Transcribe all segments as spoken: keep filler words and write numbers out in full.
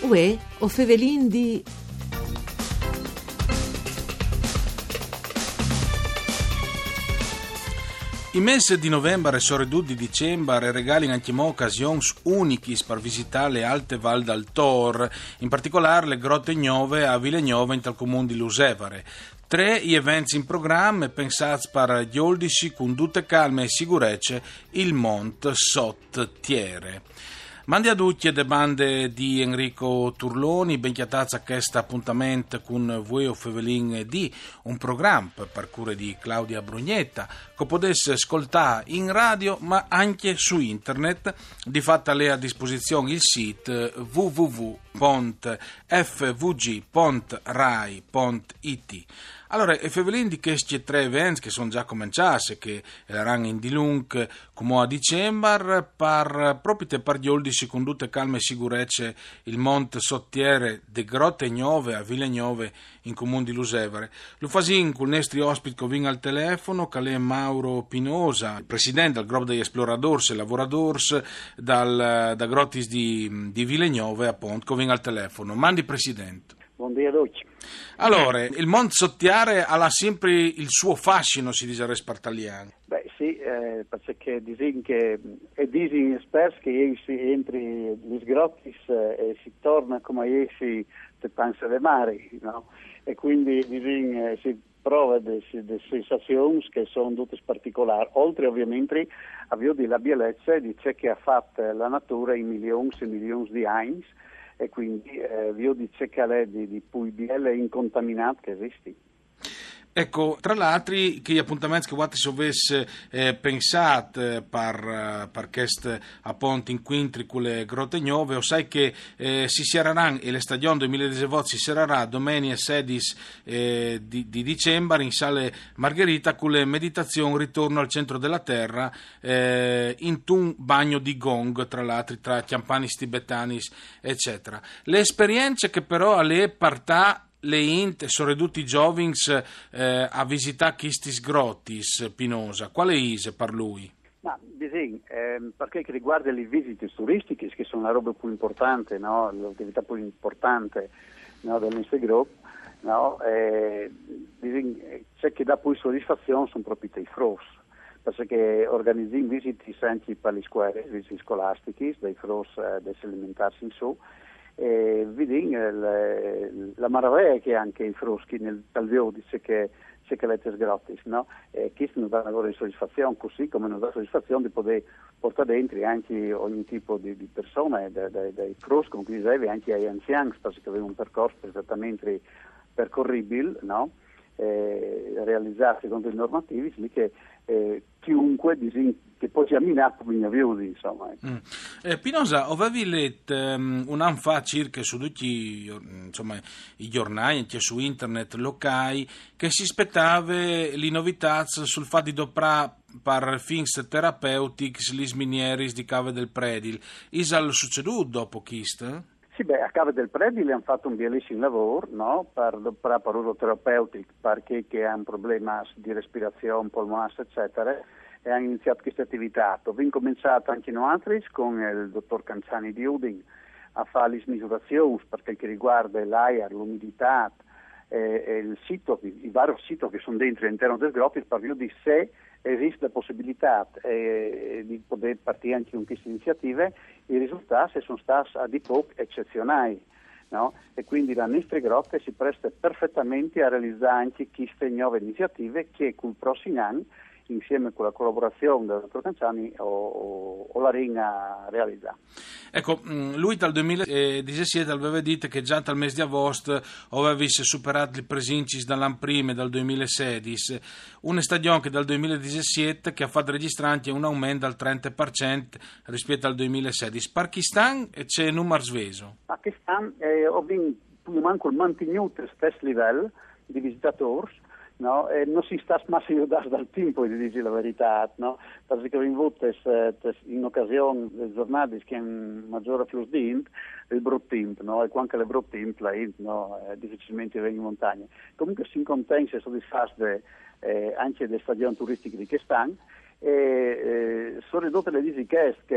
Uè, o Fevelin di... I mesi di novembre e soprattutto di dicembre regalano anche mo occasioni uniche per visitare le alte Val d'Altor, in particolare le grotte Gnove a Vilegnove in tal comune di Lusevare. Tre gli eventi in programma pensati per gli oldici con tutte calme e sicurezze il Mont Sot-Tiere. Mandi a tutti le bande di Enrico Turloni, ben chiatazza a questo appuntamento con voi o Fevelin di un programma per cura di Claudia Brugnetta che potesse ascoltare in radio ma anche su internet. Di fatto lei ha a disposizione il sito w w w punto f v g punto rai punto i t. Allora, e Fevelin di questi tre eventi che sono già cominciati, che erano in Dilung come a dicembre, per, proprio per gli oldici con tutte calme e sicurezze il Monte Sottiere de Grotte Gnove a Vilegnove in comune di Lusevare. Lo fasin con il nostro ospite che viene al telefono, che è Mauro Pinosa, presidente del gruppo degli Exploradors e Lavoradors dal, da Grottis di, di Vilegnove, appunto, che viene al telefono. Mandi presidente. Buongiorno a tutti. Allora, il Monte Sottiere ha sempre il suo fascino, si dice respartaliano. Beh sì, eh, perché dicono che è dicono spesso che si entri gli sgrottis eh, e si torna come essi te pensa le mari, no? E quindi dicono, eh, si prova delle sensazioni che sono tutte particolari, oltre ovviamente a vedere la bellezza di ciò che ha fatto la natura in milioni e milioni di anni, e quindi eh, io dice che è di, di più bello e incontaminato che esiste. Ecco, tra l'altro, che gli appuntamenti che Wattis avesse eh, pensato per, per questo appunto incontri con le Grotte Gnove, o sai che eh, si saranno, e le stagioni duemiladiciotto si sarà domenica sedici eh, di, di dicembre in Sale Margherita con le meditazioni Ritorno al centro della terra eh, in un bagno di gong, tra l'altro, tra chiampanis tibetanis, eccetera. Le esperienze che però alle partà le int sono ridotti giovings eh, a visitare questi sgrottis, Pinosa. Quale ise per lui? Ma bisogna, ehm, perché che riguarda le visite turistiche, che sono la roba più importante, no? L'attività più importante, no, del nostro gruppo, no? Eh, bisogna, c'è che dà più soddisfazione sono proprio i fros, perché organizziamo visite anche per le scuole, visite scolastiche, dei fros eh, da alimentarsi in su. E vedi la, la maraviglia che anche i froschi nel talvio dice che c'è che le sgrottis, no? E questo non dà una loro soddisfazione, così come non dà soddisfazione di poter portare dentro anche ogni tipo di, di persone, dai, dai, dai froschi, come dicevi, anche agli anziani, perché aveva un percorso esattamente percorribile, no? Eh, realizzato secondo i normativi, lì che eh, chiunque disin- che poi sia minato bisogna viudi, insomma. Ecco. Mm. Eh, Pinosa, avevi letto um, un anno fa circa su tutti insomma, i giornali, anche su internet locali, che si aspettava le novità sul fatto di doprare per fins terapeutici gli minieri di Cave del Predil. Isal succeduto dopo questo? Sì, beh, a Cave del Predil hanno fatto un bellissimo lavoro, no? Per, per, per uso terapeutico, perché che ha un problema di respirazione, polmonare, eccetera, e hanno iniziato questa attività. Abbiamo cominciato anche noi con il dottor Canzani di Udin a fare le misurazioni per quel che riguarda l'aria, l'umidità e, e il sito, i, i vari siti che sono dentro all'interno del gruppo, per vedere se esiste la possibilità eh, di poter partire anche con queste iniziative. I risultati sono stati a di poco eccezionali, no? E quindi la nostra grotta si presta perfettamente a realizzare anche queste nuove iniziative che con i prossimi anni, insieme con la collaborazione del dottor Canzani o, o, o la Ringa realizza. Ecco, lui dal duemiladiciassette aveva detto che già dal mese di agosto aveva superato i presincis dall'anno prima, dal duemilasedici, una stagione che dal duemiladiciassette che ha fatto registrare un aumento del trenta per cento rispetto al duemilasedici. Pakistan c'è un numero sveso? Pakistan eh, ho vinto più o meno mantenuto lo stesso livello di visitatori. No, e non si sta mai aiutando dal tempo, di dire la verità, no? Perché abbiamo avuto in occasione delle giornate che hanno maggiore flusso di int, il brutto tempo, no? E anche le brutte tempo, la int, no? Eh, difficilmente viene in montagna. Comunque si contenti e soddisfatti eh, anche delle stagioni turistiche di quest'anno, e eh, sono ridotte le visite che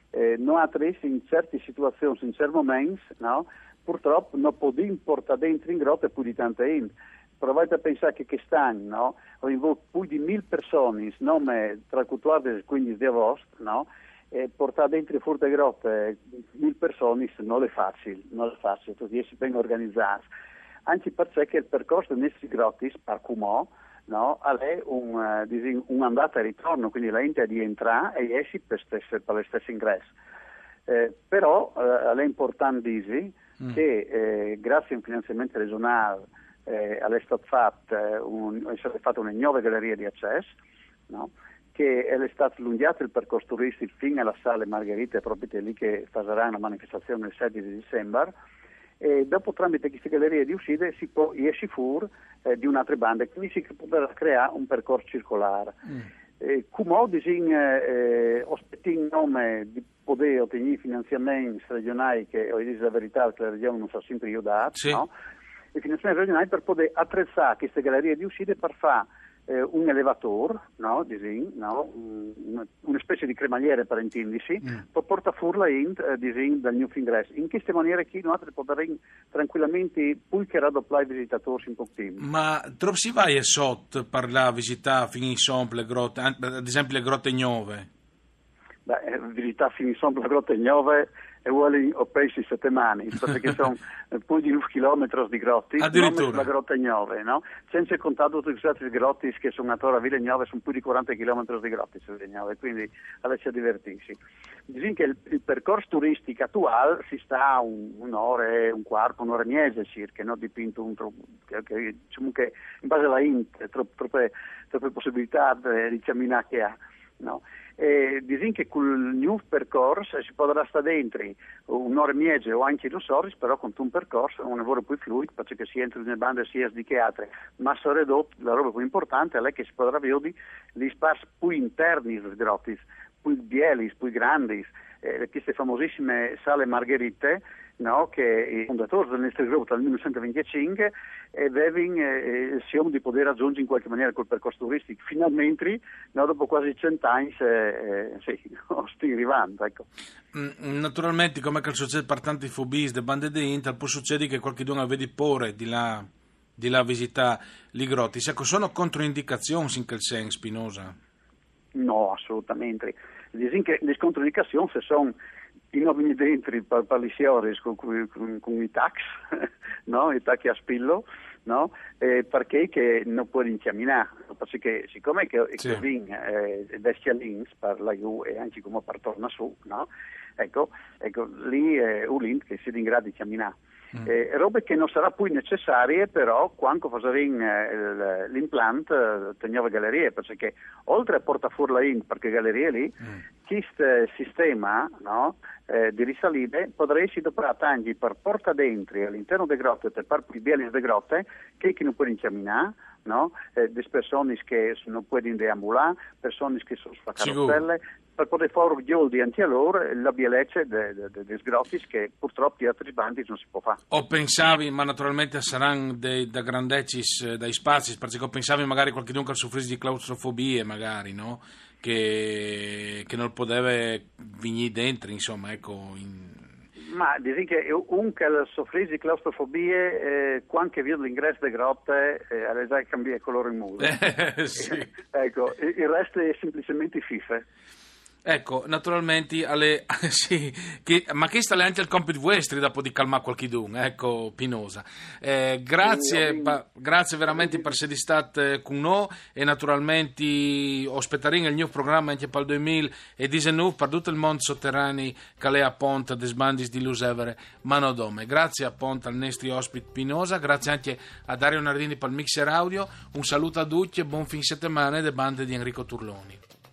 eh, noi in certe situazioni, in certi momenti, no, purtroppo non possiamo portare dentro in grotta più di tanta gente. Provate a pensare che quest'anno, no, ho involto più di mille persone, nome tra il quattordici e il quindici di agosto, no, e portare dentro fuori da grotte mille persone non è facile, non è facile, tutti si vengono organizzati. Anche perché il percorso di questi grotti, per Cumò, no, è un, uh, un andata e ritorno, quindi la gente è di entrare e esci per, stesse, per le stesse ingressi. Eh, però uh, è importante dire mm. che eh, grazie a un finanziamento regionale eh, è stato fatto eh, un, è stata fatta una nuova galleria di accesso, no, che è stato allungato il percorso turistico fino alla sala Margherita, proprio lì che farà una manifestazione il sette di dicembre. E dopo tramite queste gallerie di uscite si può esci fuori eh, di un'altra banda, quindi si potrà creare un percorso circolare. Mm. Eh, come disegna eh, ospiti in nome di poter ottenere finanziamenti regionali che ho detto la verità che la regione non sa sempre io dare, sì. No? I finanziamenti regionali per poter attrezzare queste gallerie di uscite per fare eh, un elevatore, no? Disegno, no? Una, una specie di cremagliere per intendersi, mm. per portare fuori la int eh, disegno dal new ingresso. In queste maniere qui noi potremmo tranquillamente poi che raddoppiare i visitatori in poco tempo. Ma troppo si va e sotto per la visita fino in somple le grotte, ad esempio le grotte nuove? Beh, visitare fino in somple le grotte nuove e vuole o pesci settimane, perché sono più di un chilometro di grotti, addirittura la grotta nuove, no? Senza contare tutti gli altri grotti che sono attorno a Ville Nuove, sono più di quaranta chilometri di grotti su Ville Nuove, quindi adesso a divertirsi. Diciamo che il, il percorso turistico attuale si sta un, un'ora, un quarto, un'ora e mezza circa, no? Dipinto un che, che, diciamo che in base alla int, troppe, troppe, troppe possibilità di camminare che ha, no? E diciamo che col new percorso si potrà stare dentro un'ora e mezza o anche due ore, però con un percorso un lavoro più fluido perché si entra nelle bande sia di che altre, ma soprattutto la roba più importante è che si potrà vedere gli spazi più interni dei grotti, più belli, più grandi, eh, queste famosissime sale Margherite, no, che i fondatori del nostro gruppo dal millenovecentoventicinque e avevano eh, il sogno di poter raggiungere in qualche maniera quel percorso turistico. Finalmente, no, dopo quasi cent'anni, eh, eh, sì, stiamo arrivando. Ecco. Mm, naturalmente, come che succede per tanti fobies, le bande di Inter, può succedere che qualcuno vedi porre di là, di là visitare i grotti. Se sono controindicazioni in quel senso, Spinosa? No, assolutamente. Diciamo che le controindicazioni sono i nuovi dentro per, per le signore con, con, con i tax, no? I tax a spillo, no? Eh, perché che non può incamminare, perché siccome che sì. Vin eh, destia links per la giù e anche come per torna su, no? Ecco, ecco lì è un link che si è in grado di camminare. Mm. Eh, robe che non sarà poi necessarie però quando faremo eh, l'impianto di nuove gallerie, perché oltre a portare fuori la in perché gallerie lì mm. questo sistema, no, eh, di risalite potrà essere doprato anche per porta dentro all'interno delle grotte per far più belle delle grotte che chi non può incamminare, no? Eh, delle persone che non possono deambulare, persone che sono sulla carrozzelle, per poter fare orgoglio anche a loro la bellezza dei grotti che purtroppo gli altri bandi non si può fare. O pensavi, ma naturalmente saranno dei, da grandecis, dai spazi, perché o pensavi magari qualche dunque soffrire di claustrofobie magari, no? Che, che non poteva venire dentro, insomma, ecco... In... Ma direi che un che soffrire di claustrofobie, eh, quando vede l'ingresso delle grotte, eh, ha già cambiato colore in muro. Eh, sì. Ecco, il resto è semplicemente fife. Ecco, naturalmente, alle, sì, che, ma che sta anche al compito vostro dopo di calmare qualche dun, ecco, Pinosa. Eh, grazie, sì, pa, grazie veramente per essere state con noi e naturalmente ospetteremo il nuovo programma anche per il duemiladiciannove per tutto il mondo sotterraneo che è a Ponte des Bandis di Lusevere Manodome. Grazie a Ponte al nostro ospite Pinosa, grazie anche a Dario Nardini per il mixer audio, un saluto a tutti e buon fin settimana de bande di Enrico Turloni.